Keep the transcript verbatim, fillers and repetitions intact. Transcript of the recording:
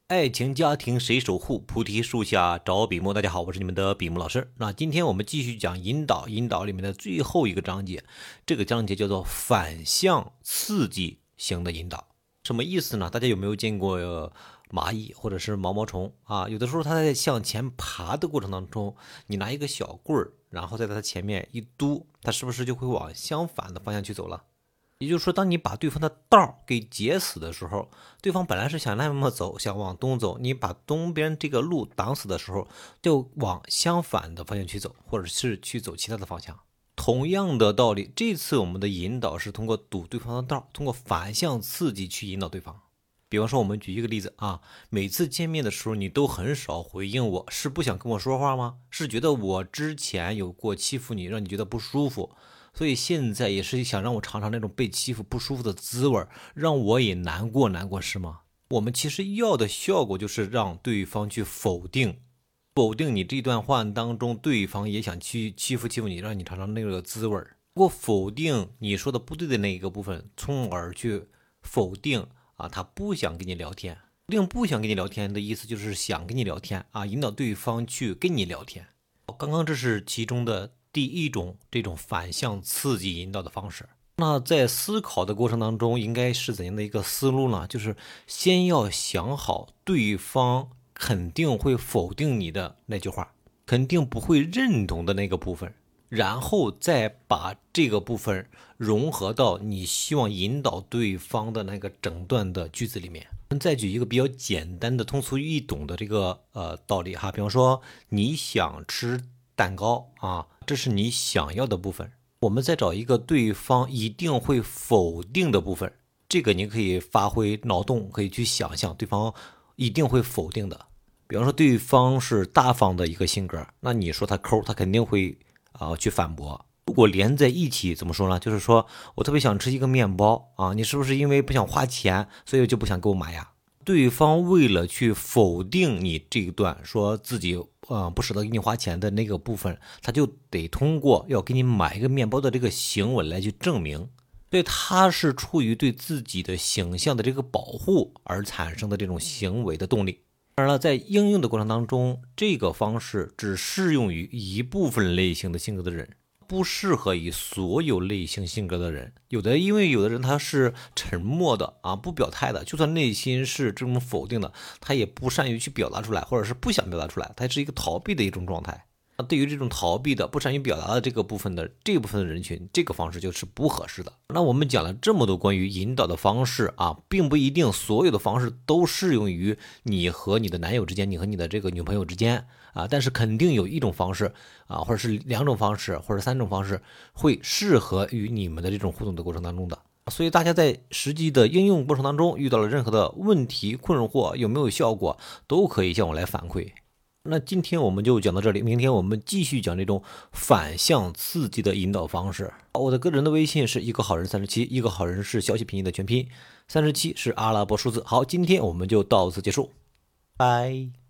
爱情家庭谁守护？菩提树下找比目。大家好，我是你们的比目老师。那今天我们继续讲引导，引导里面的最后一个章节，这个章节叫做反向刺激型的引导。什么意思呢？大家有没有见过蚂蚁或者是毛毛虫啊？有的时候它在向前爬的过程当中，你拿一个小棍儿，然后在它前面一嘟，它是不是就会往相反的方向去走了？也就是说，当你把对方的道给截死的时候，对方本来是想那么走，想往东走，你把东边这个路挡死的时候，就往相反的方向去走，或者是去走其他的方向。同样的道理，这次我们的引导是通过堵对方的道，通过反向刺激去引导对方。比方说，我们举一个例子啊，每次见面的时候，你都很少回应我，是不想跟我说话吗？是觉得我之前有过欺负你，让你觉得不舒服？所以现在也是想让我尝尝那种被欺负不舒服的滋味，让我也难过难过，是吗？我们其实要的效果就是让对方去否定，否定你这段话当中，对方也想去欺负欺负你，让你尝尝那个滋味。如果否定你说的不对的那一个部分，从而去否定啊，他不想跟你聊天。否定不想跟你聊天的意思就是想跟你聊天啊，引导对方去跟你聊天。刚刚这是其中的第一种这种反向刺激引导的方式。那在思考的过程当中，应该是怎样的一个思路呢？就是先要想好对方肯定会否定你的那句话，肯定不会认同的那个部分，然后再把这个部分融合到你希望引导对方的那个整段的句子里面。再举一个比较简单的通俗易懂的这个呃道理哈，比方说你想吃蛋糕啊，这是你想要的部分，我们再找一个对方一定会否定的部分，这个你可以发挥脑洞，可以去想象对方一定会否定的。比方说对方是大方的一个性格，那你说他抠，他肯定会啊、呃、去反驳。如果连在一起怎么说呢？就是说我特别想吃一个面包啊，你是不是因为不想花钱，所以就不想给我买呀？对方为了去否定你这一段说自己呃不舍得给你花钱的那个部分，他就得通过要给你买一个面包的这个行为来去证明，所以他是出于对自己的形象的这个保护而产生的这种行为的动力。当然了，在应用的过程当中，这个方式只适用于一部分类型的性格的人，不适合于所有类型性格的人。有的因为有的人他是沉默的啊，不表态的，就算内心是这种否定的，他也不善于去表达出来，或者是不想表达出来，他是一个逃避的一种状态。对于这种逃避的不善于表达的这个部分的这部分的人群，这个方式就是不合适的。那我们讲了这么多关于引导的方式啊，并不一定所有的方式都适用于你和你的男友之间，你和你的这个女朋友之间啊，但是肯定有一种方式啊，或者是两种方式或者三种方式会适合于你们的这种互动的过程当中的。所以大家在实际的应用过程当中遇到了任何的问题困惑，有没有效果，都可以向我来反馈。那今天我们就讲到这里，明天我们继续讲这种反向刺激的引导方式。我的个人的微信是一个好人三十七，一个好人是小写拼音的全拼，三十七是阿拉伯数字。好，今天我们就到此结束，拜。